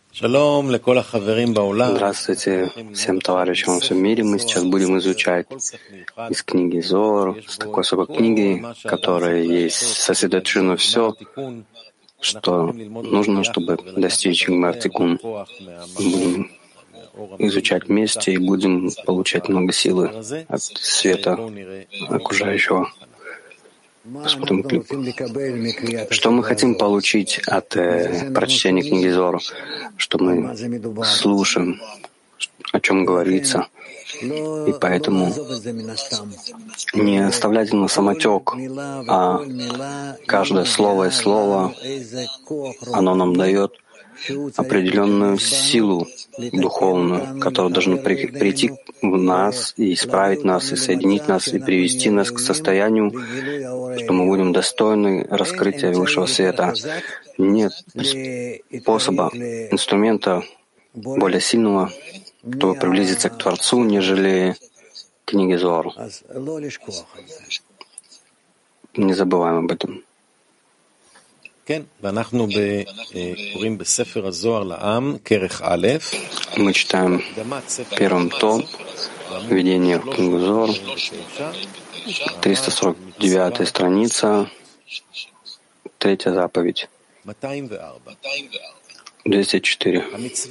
Здравствуйте всем товарищам во всем мире. Мы сейчас будем изучать из книги Зоар, с такой особой книги, которая есть сосредоточено все, что нужно, чтобы достичь Гмар-Тикун. Мы будем изучать вместе и будем получать много силы от света окружающего. Посмотрим клип. Что мы хотим получить от прочтения книги Зоар, что мы слушаем, о чем говорится, и поэтому не оставлять на самотек, а каждое слово и слово, оно нам дает определенную силу духовную, которая должна прийти в нас и исправить нас, и соединить нас, и привести нас к состоянию, что мы будем достойны раскрытия высшего света. Нет способа, инструмента более сильного, чтобы приблизиться к Творцу, нежели книги Зоар. Не забываем об этом. Мы читаем первым том, введение в книгу Зоар, 349 страница, 3-я заповедь. 204.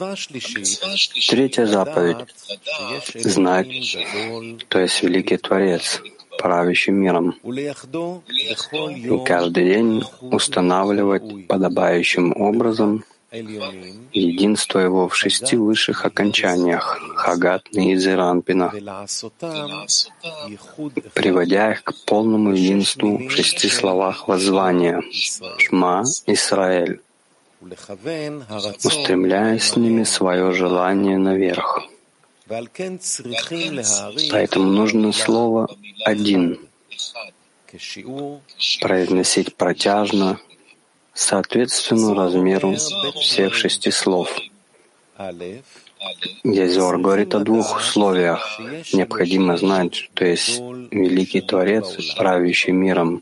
3-я заповедь — знать, то есть великий Творец, правящий миром, и каждый день устанавливать подобающим образом единство его в 6 высших окончаниях — Хагат, Нейзер, Анпина, приводя их к полному единству в 6 словах воззвания «Шма Исраэль», устремляя с ними свое желание наверх. Поэтому нужно слово «один» произносить протяжно, соответственно размеру всех 6 слов. Здесь Зоар говорит о 2 условиях. Необходимо знать, что есть великий Творец, правящий миром.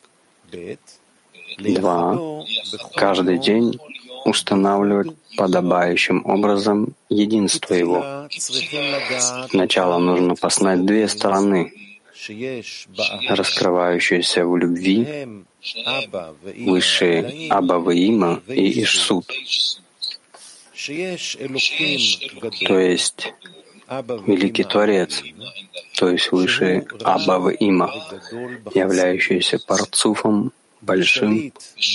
2. Каждый день устанавливать подобающим образом единство его. Сначала нужно познать 2 стороны, раскрывающиеся в любви, высшие Аба Ваима и Ишсут, то есть великий Творец, то есть высшие Аба Ваима, являющиеся парцуфом, большим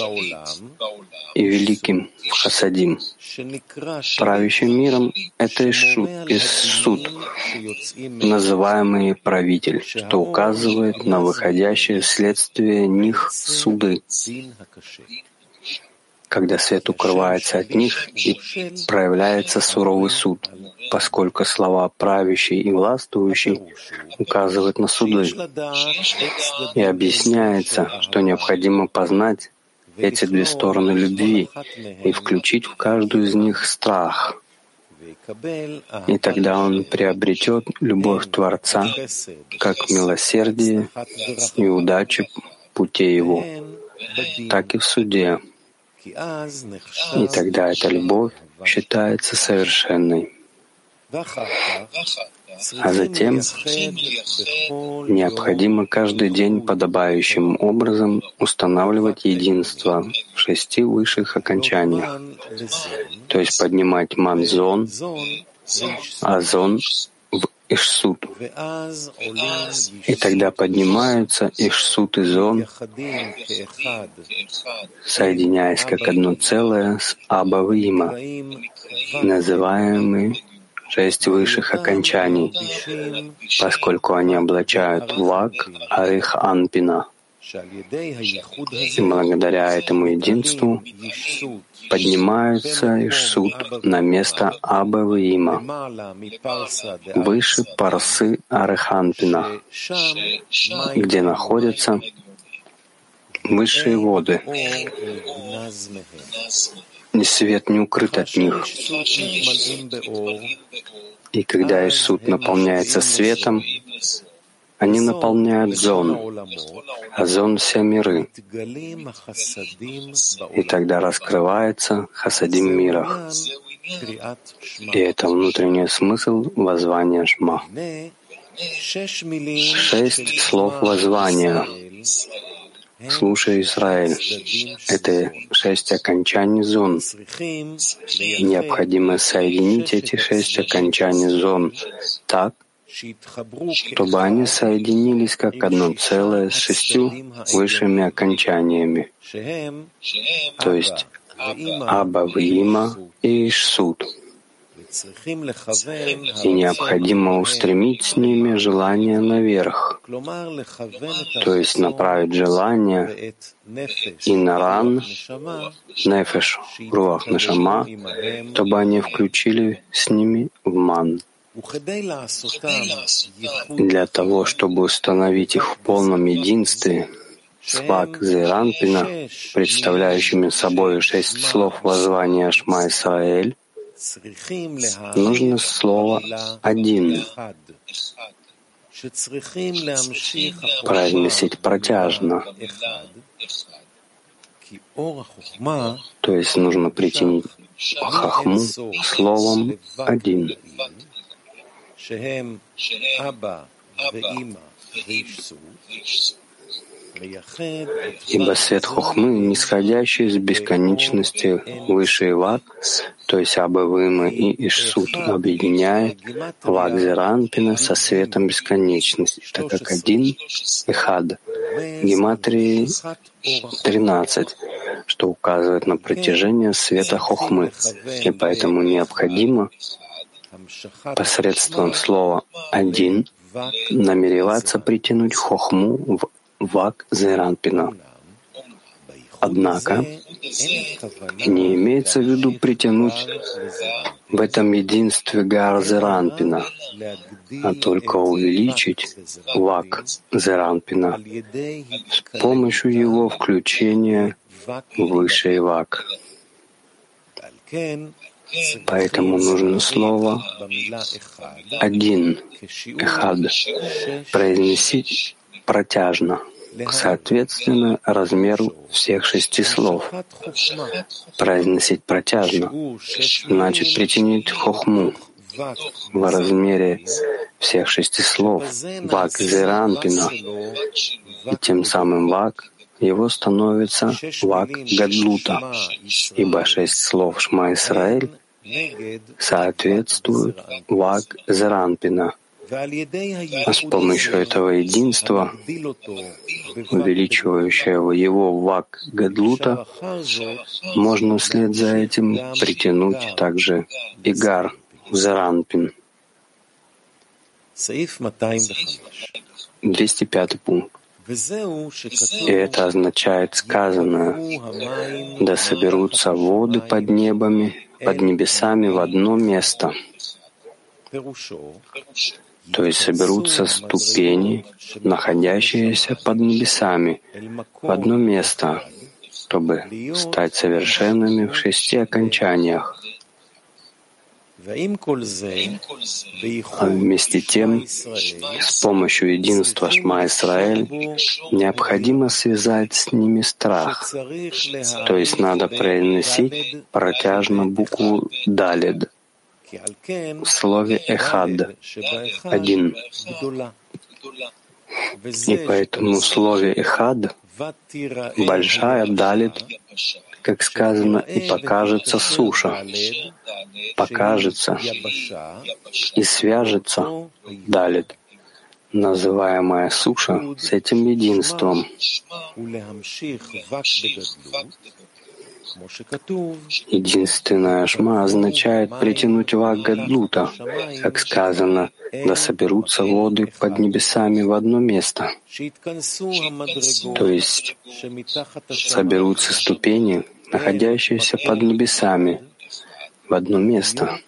и великим в Хасадим. Правящим миром — это Ишсут, называемый правитель, что указывает на выходящие вследствие них суды, когда свет укрывается от них и проявляется суровый суд, поскольку слова «правящий» и «властвующий» указывают на суды. И объясняется, что необходимо познать эти 2 стороны любви и включить в каждую из них страх. И тогда он приобретет любовь Творца как милосердие и удачу путей его, так и в суде. И тогда эта любовь считается совершенной. А затем необходимо каждый день подобающим образом устанавливать единство в 6 высших окончаниях, то есть поднимать манзон, азон в Ишсут. И тогда поднимаются Ишсут и Зон, соединяясь как одно целое с Аба Ваима, называемый 6 высших окончаний, поскольку они облачают Вак, Арих, Анпина. И благодаря этому единству поднимаются Ишсут на место Аба Ваима, выше Парсы Ариханпина, где находятся высшие воды, и свет не укрыт от них. И когда Ишсут наполняется светом, они наполняют Зон, а Зон — все миры. И тогда раскрывается Хасадим в мирах. И это внутренний смысл воззвания Шма. 6 слов воззвания. Слушай, Израиль, это 6 окончаний зон. Необходимо соединить эти 6 окончаний зон так, чтобы они соединились как одно целое с 6 высшими окончаниями, то есть Аба, Виима и Ишсут. И необходимо устремить с ними желание наверх, то есть направить желание и на Ран, Нефеш, Руах, Нешама, чтобы они включили с ними в Ман. Для того, чтобы установить их в полном единстве с Вак Зеранпина, представляющими собой 6 слов воззвания Шма Исраэль, нужно слово «один» произносить протяжно. То есть нужно притянуть хахму словом «один». Ибо свет хохмы, нисходящий из бесконечности высшей Вак, то есть Аба, Виима и Ишсут, объединяет Вак Зеранпина со светом бесконечности, так как один Эхад, гематрии 13, что указывает на протяжение света хохмы, и поэтому необходимо посредством слова «один» намереваться притянуть хохму в Вак Зеранпина. Однако не имеется в виду притянуть в этом единстве Гар Зеранпина, а только увеличить Вак Зеранпина с помощью его включения в высший Вак. Поэтому нужно слово «один», «эхад», произносить протяжно, соответственно размеру всех 6 слов. Произносить протяжно значит притянуть хохму в размере всех 6 слов Вак Зеранпина, и тем самым Вак его становится Вак Гадлута, ибо 6 слов Шма Исраэль соответствуют Вак Зеранпина. А с помощью этого единства, увеличивающего его Вак Гадлута, можно вслед за этим притянуть также и Гар Зеранпин. 205 пункт. И это означает сказанное: «Да соберутся воды под небесами в одно место». То есть соберутся ступени, находящиеся под небесами, в одно место, чтобы стать совершенными в 6 окончаниях. А вместе тем, с помощью единства Шма Исраэль, необходимо связать с ними страх, то есть надо произносить протяжно букву Далед в слове «эхад» — «один». И поэтому в слове «эхад» большая Далед, как сказано, и покажется суша, покажется и свяжется Далед, называемая суша, с этим единством. Единственная Шма означает притянуть Вак Гадлута, как сказано, да соберутся воды под небесами в одно место. То есть соберутся ступени, находящиеся под небесами, в одно место,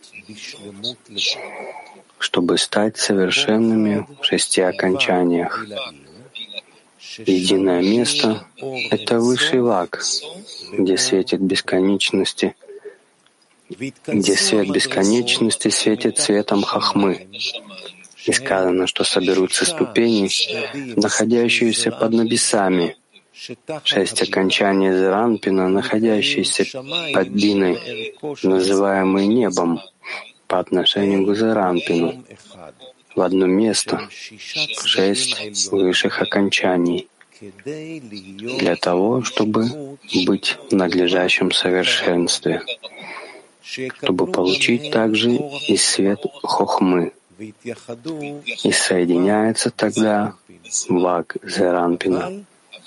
чтобы стать совершенными в 6 окончаниях. Единое место — это высший Вак, где светит бесконечности, где свет бесконечности светит светом хохмы. И сказано, что соберутся ступени, находящиеся под небесами, 6 окончаний Зеранпина, находящиеся под Биной, называемые небом, по отношению к Зеранпину, в одно место, 6 высших окончаний, для того, чтобы быть в надлежащем совершенстве, чтобы получить также и свет Хохмы, и соединяется тогда Вак Зеранпина.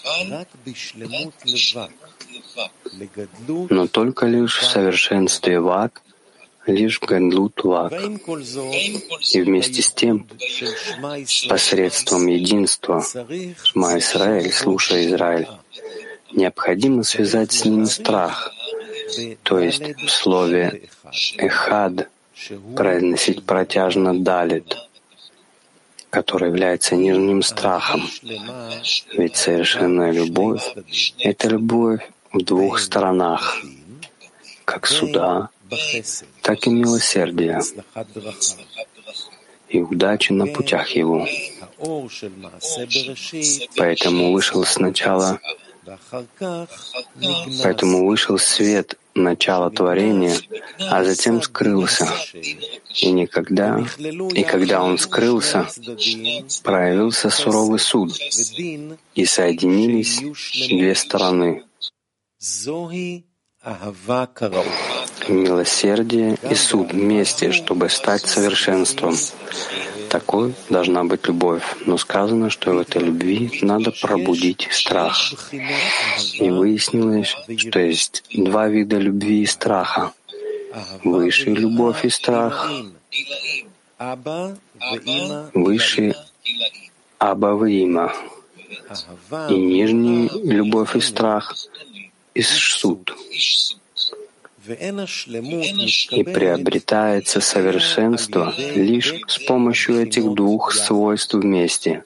Но только лишь в совершенстве Вак, лишь в Гандлут Вак. И вместе с тем, посредством единства Шма Исраэль, слушай Израиль, необходимо связать с ним страх, то есть в слове «эхад» произносить протяжно «далит», который является нижним страхом. Ведь совершенная любовь — это любовь в двух сторонах, как суда, так и милосердия, и удачи на путях его. Поэтому вышел свет начала творения, а затем скрылся. И когда он скрылся, проявился суровый суд, и соединились две стороны — милосердие и суд вместе, чтобы стать совершенством. Такой должна быть любовь, но сказано, что в этой любви надо пробудить страх. И выяснилось, что есть два вида любви и страха: высшая любовь и страх, высший Аба Виима, и нижняя любовь и страх — Ишсут. И приобретается совершенство лишь с помощью этих двух свойств вместе.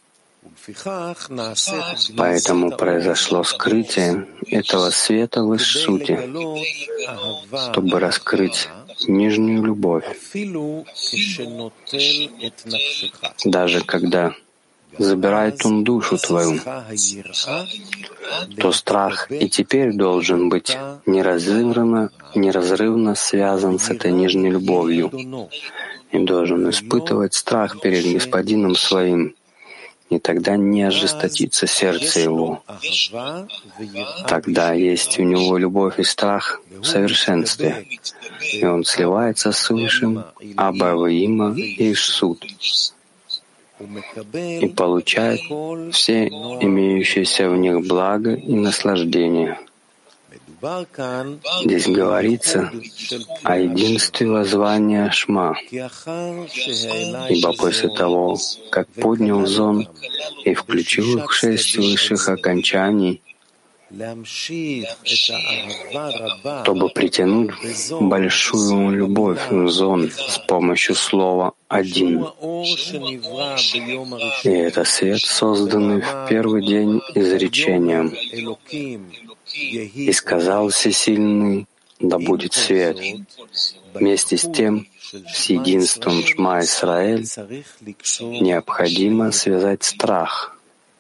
Поэтому произошло скрытие этого света в Ишсуте, чтобы раскрыть нижнюю любовь. Даже когда забирает он душу твою, то страх и теперь должен быть неразрывно связан с этой нижней любовью и должен испытывать страх перед Господином своим, и тогда не ожесточится сердце его. Тогда есть у него любовь и страх в совершенстве, и он сливается с Высшим Аба Виима и Ишсут, и получает все имеющиеся в них блага и наслаждения. Здесь говорится о единстве воззвания Шма, ибо после того, как поднял Зон и включил их в 6 высших окончаний, чтобы притянуть большую любовь в Зон с помощью слова «один». И это свет, созданный в первый день изречением. И сказал Всесильный: да будет свет. Вместе с тем, с единством Шма Исраэль, необходимо связать страх,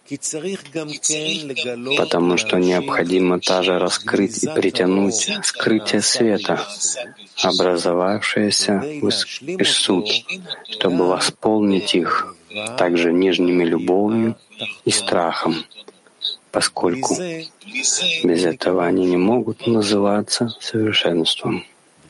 потому что необходимо также раскрыть и притянуть скрытие света, образовавшееся в Ишсут, чтобы восполнить их также нижними любовью и страхом, поскольку без этого они не могут называться совершенством.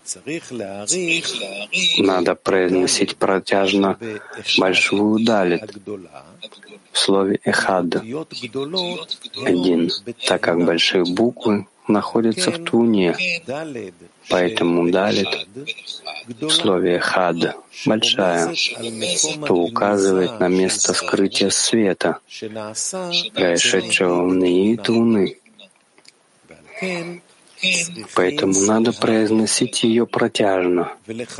Надо произносить протяжно большую далит в слове «эхад» — «один», так как большие буквы находятся в туне. Поэтому далит в слове «эхад» — «большая», что указывает на место скрытия света, происшедшего в Нии Туны. Поэтому надо произносить ее протяжно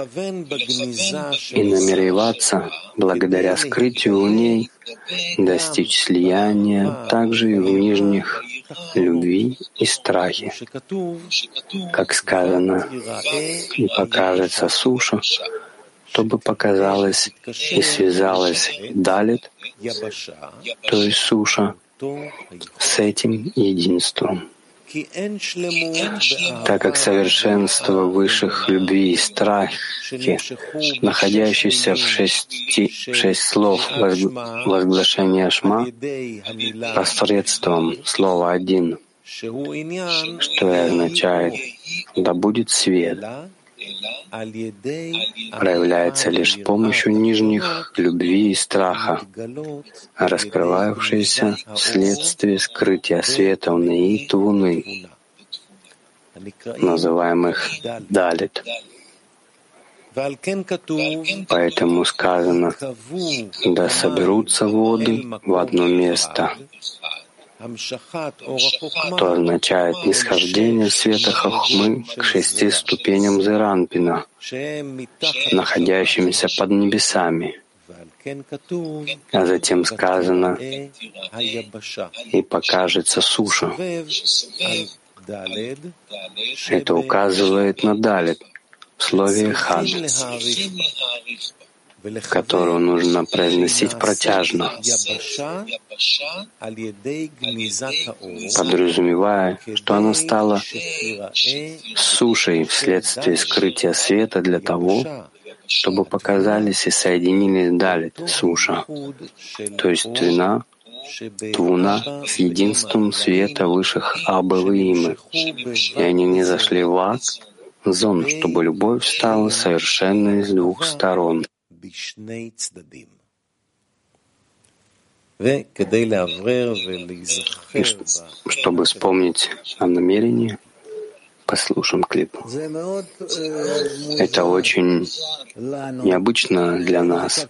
и намереваться, благодаря скрытию в ней, достичь слияния также и в нижних любви и страхе. Как сказано, и покажется суша, чтобы показалось и связалось далит, то есть суша, с этим единством. Так как совершенство высших любви и страхи, находящиеся в шесть слов возглашения Шма, посредством слова «один», что и означает «да будет свет», проявляется лишь с помощью нижних любви и страха, раскрывавшиеся вследствие скрытия света Уны и Твуны, называемых Далит. Поэтому сказано: «Да соберутся воды в одно место», что означает нисхождение света Хохмы к 6 ступеням Зеранпина, находящимся под небесами. А затем сказано: «И покажется суша». Это указывает на Далит в слове «хад», которую нужно произносить протяжно, подразумевая, что она стала сушей вследствие скрытия света для того, чтобы показались и соединились Далит, суша, то есть Твуна с единством света высших Аббы и Имы, и они не зашли в ад, зон, чтобы любовь стала совершенной с двух сторон. И чтобы вспомнить о намерении, послушаем клип. Это очень необычно для нас,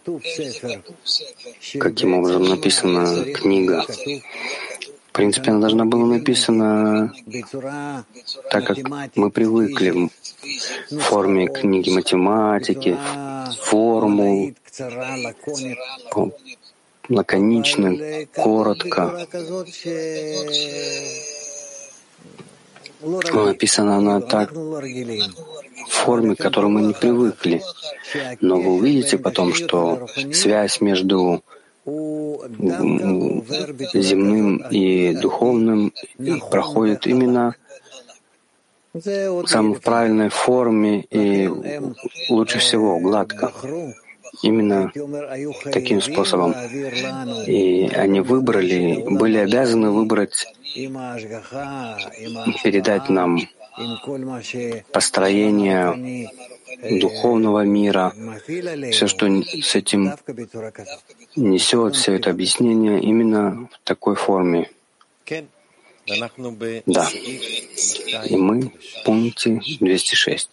каким образом написана книга. В принципе, она должна была написана так, как мы привыкли, в форме книги математики, формул, лаконично, коротко. Но написана она так, в форме, к которой мы не привыкли. Но вы увидите потом, что связь между земным и духовным проходит именно в правильной форме и лучше всего гладко. Именно таким способом. И они были обязаны выбрать, передать нам построение духовного мира, все, что с этим несет, все это объяснение именно в такой форме. Да. И мы в пункте 206.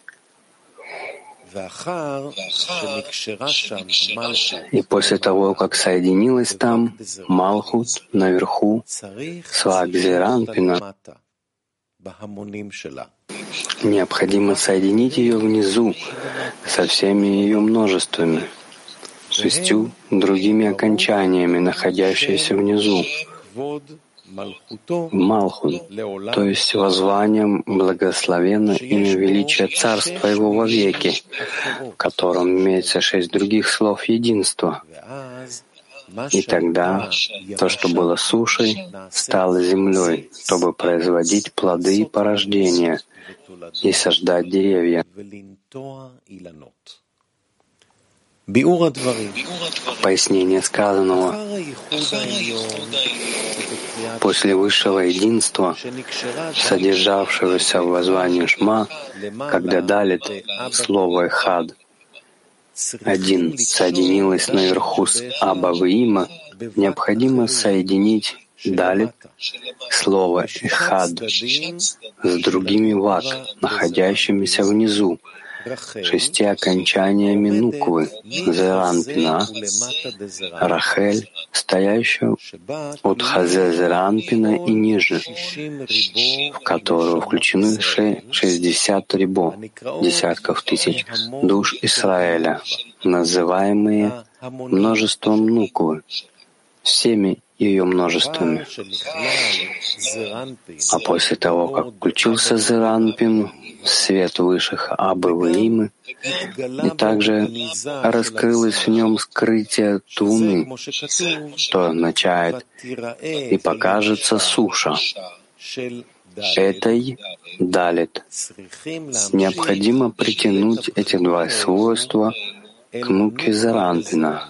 И после того, как соединилась там Малхут наверху с Вакзеранпина, необходимо соединить ее внизу со всеми ее множествами, 6 другими окончаниями, находящимися внизу, Малхут, то есть воззванием благословенно имя величия Царства Его вовеки, в котором имеется 6 других слов единства. И тогда то, что было сушей, стало землей, чтобы производить плоды и порождения и саждать деревья. Пояснение сказанного. После высшего единства, содержавшегося в воззвании Шма, когда Далит, слово «хад», один, соединилось наверху с Абба и Има, необходимо соединить Далит, слово «хад», с другими вак, находящимися внизу, 6 окончаниями нуквы, Зеранпина, Рахель, стоящую от Хазе Зеранпина и ниже, в которую включены 60 рибо, десятков тысяч душ Израиля, называемые множеством нуквы, всеми ее множествами. А после того, как включился Зеранпин, свет высших Абы Ваимы, и также раскрылось в нем скрытие Туны, что означает «и покажется суша». Этой далит. Необходимо притянуть эти два свойства к муке Зеранпина,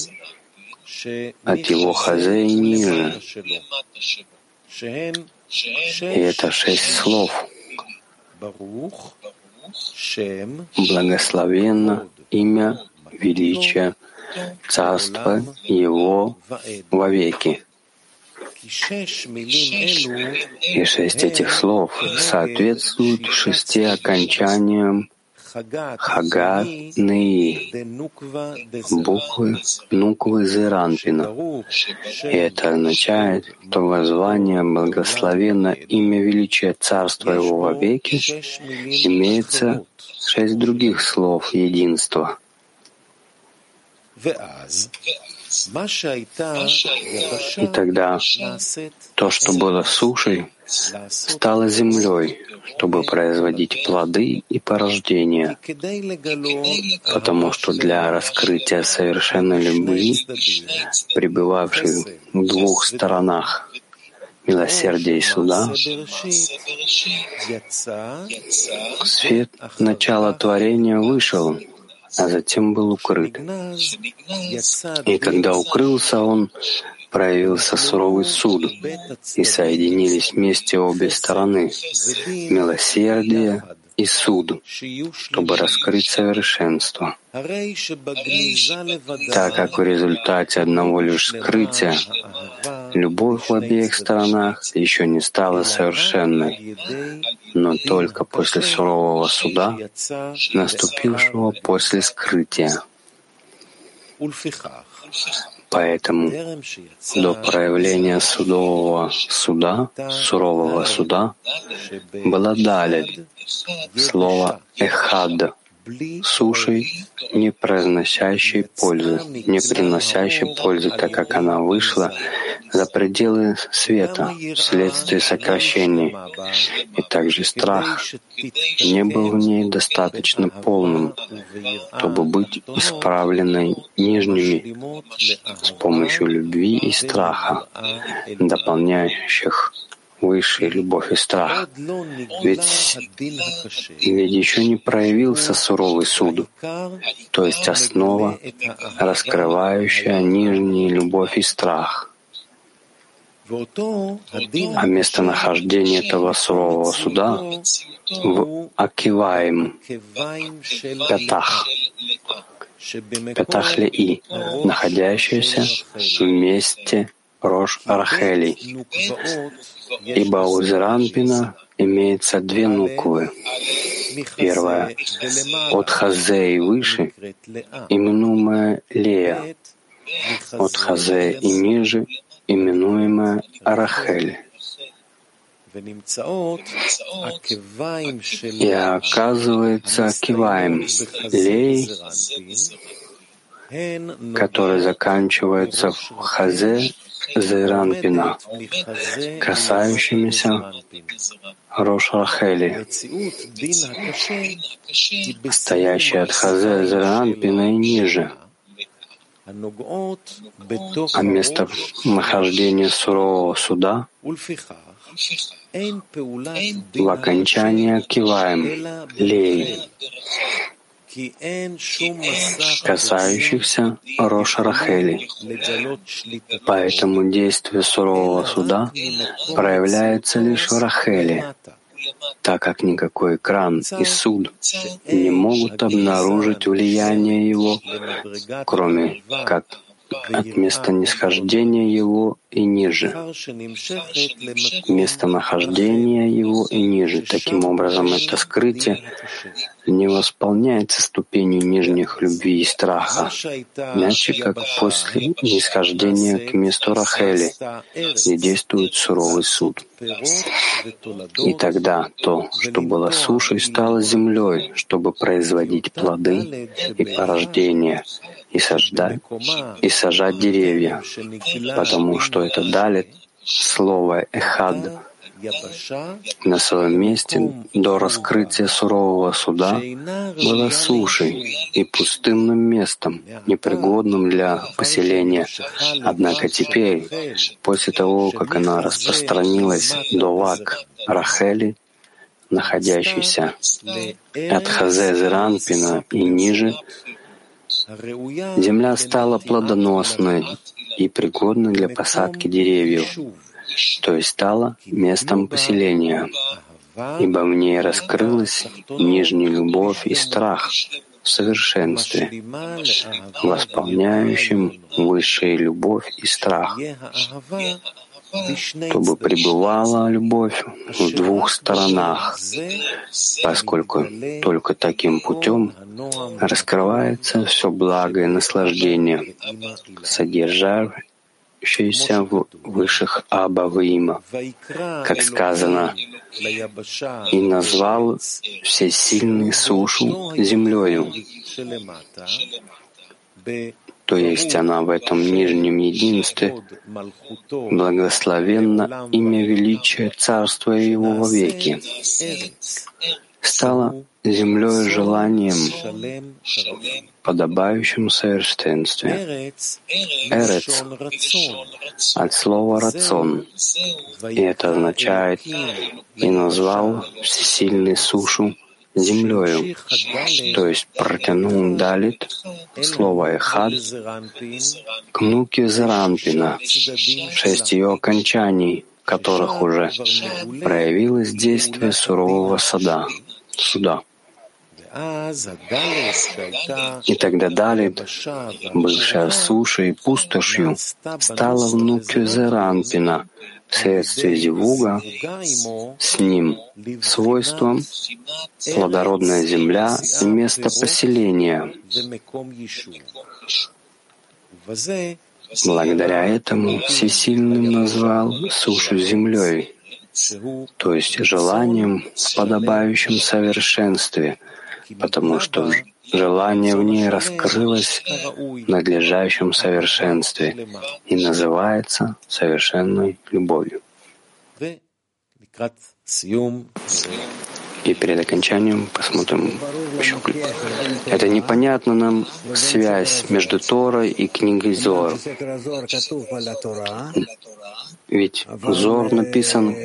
от его хазе и ниже. И это 6 слов. Благословенно имя величия, царство его вовеки. И 6 этих слов соответствуют 6 окончаниям Хага Неи, буквы Нуквы Зеранпина. И это означает, что воззвание благословенно имя величия царства его вовеки имеется 6 других слов единства. И тогда то, что было сушей, стало землей, чтобы производить плоды и порождения, потому что для раскрытия совершенной любви, пребывавшей в двух сторонах милосердия и суда, свет начала творения вышел, а затем был укрыт. И когда укрылся он, проявился суровый суд, и соединились вместе обе стороны, милосердие и суд, чтобы раскрыть совершенство. Так как в результате одного лишь скрытия любовь в обеих сторонах еще не стала совершенной, но только после сурового суда, наступившего после скрытия. Поэтому до проявления сурового суда была далит, слово эхад, сушей, не приносящей пользы, так как она вышла за пределы света вследствие сокращений, и также страх не был в ней достаточно полным, чтобы быть исправленной нижними с помощью любви и страха, дополняющих высшая любовь и страх. Ведь еще не проявился суровый суд, то есть основа, раскрывающая нижние любовь и страх. А местонахождение этого сурового суда в Акиваим, Пятах Леи, находящееся в месте Рош Рахели, ибо у Зеранпина имеется 2 нуквы. Первая — от Хазе и выше, именуемая Лея, от Хазе и ниже, именуемая Рахель. И оказывается Акиваим, Лей, который заканчивается в Хазе Зеранпина, касающимися Рош Рахели, стоящей от Хазе Зеранпина и ниже, а место нахождения сурового суда в окончании Акиваим, Лей, касающихся Рош Рахели. Поэтому действие сурового суда проявляется лишь в Рахели, так как никакой экран и суд не могут обнаружить влияние его, кроме как от места нисхождения его и ниже. Местонахождение его и ниже. Таким образом, это скрытие не восполняется ступенью нижних любви и страха, иначе как после нисхождения к месту Рахели, где действует суровый суд. И тогда то, что было сушей, стало землей, чтобы производить плоды и порождение, и сажать деревья, потому что это далит слово «эхад» на своем месте до раскрытия сурового суда было сушей и пустынным местом, непригодным для поселения. Однако теперь, после того, как она распространилась до Вак Рахели, находящейся от Хазезеранпина и ниже, земля стала плодоносной и пригодной для посадки деревьев, то есть стала местом поселения, ибо в ней раскрылась нижняя любовь и страх в совершенстве, восполняющим высшая любовь и страх, чтобы пребывала любовь в двух сторонах, поскольку только таким путем раскрывается все благо и наслаждение, содержащееся в высших Аба Виима, как сказано, «И назвал всесильный сушу землею». То есть она в этом нижнем единстве, благословенно имя величия царства его вовеки, стала землей желанием, подобающим в совершенстве. Эрец от слова «рацон», и это означает «и назвал всесильный сушу землею», то есть протянул далит, слово «эхад», к нуке Зеранпина, 6 ее окончаний, в которых уже проявилось действие сурового суда. И тогда далит, бывшая сушей и пустошью, стала внукью Зеранпина, вследствие зивуга с ним, свойством плодородная земля и место поселения. Благодаря этому Всесильным назвал сушу землей, то есть желанием в подобающем совершенстве, потому что желание в ней раскрылось в надлежащем совершенстве и называется совершенной любовью. И перед окончанием посмотрим еще клип. Это непонятна нам связь между Торой и книгой Зоар. Ведь Зоар написан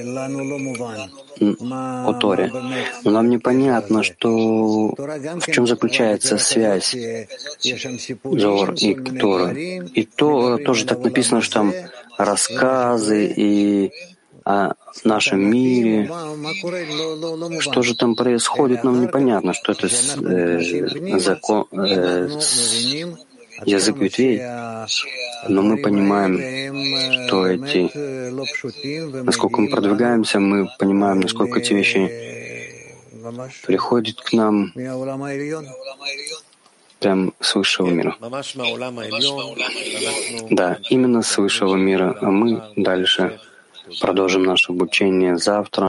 о Торе. Но нам непонятно, что в чем заключается связь Зоар и Торы. И то тоже так написано, что там рассказы и о нашем мире. Что же там происходит, нам непонятно, что это закон, язык ветвей. Но мы понимаем, что насколько мы продвигаемся, мы понимаем, насколько эти вещи приходят к нам прям с высшего мира. Да, именно с высшего мира. А мы дальше продолжим наше обучение завтра.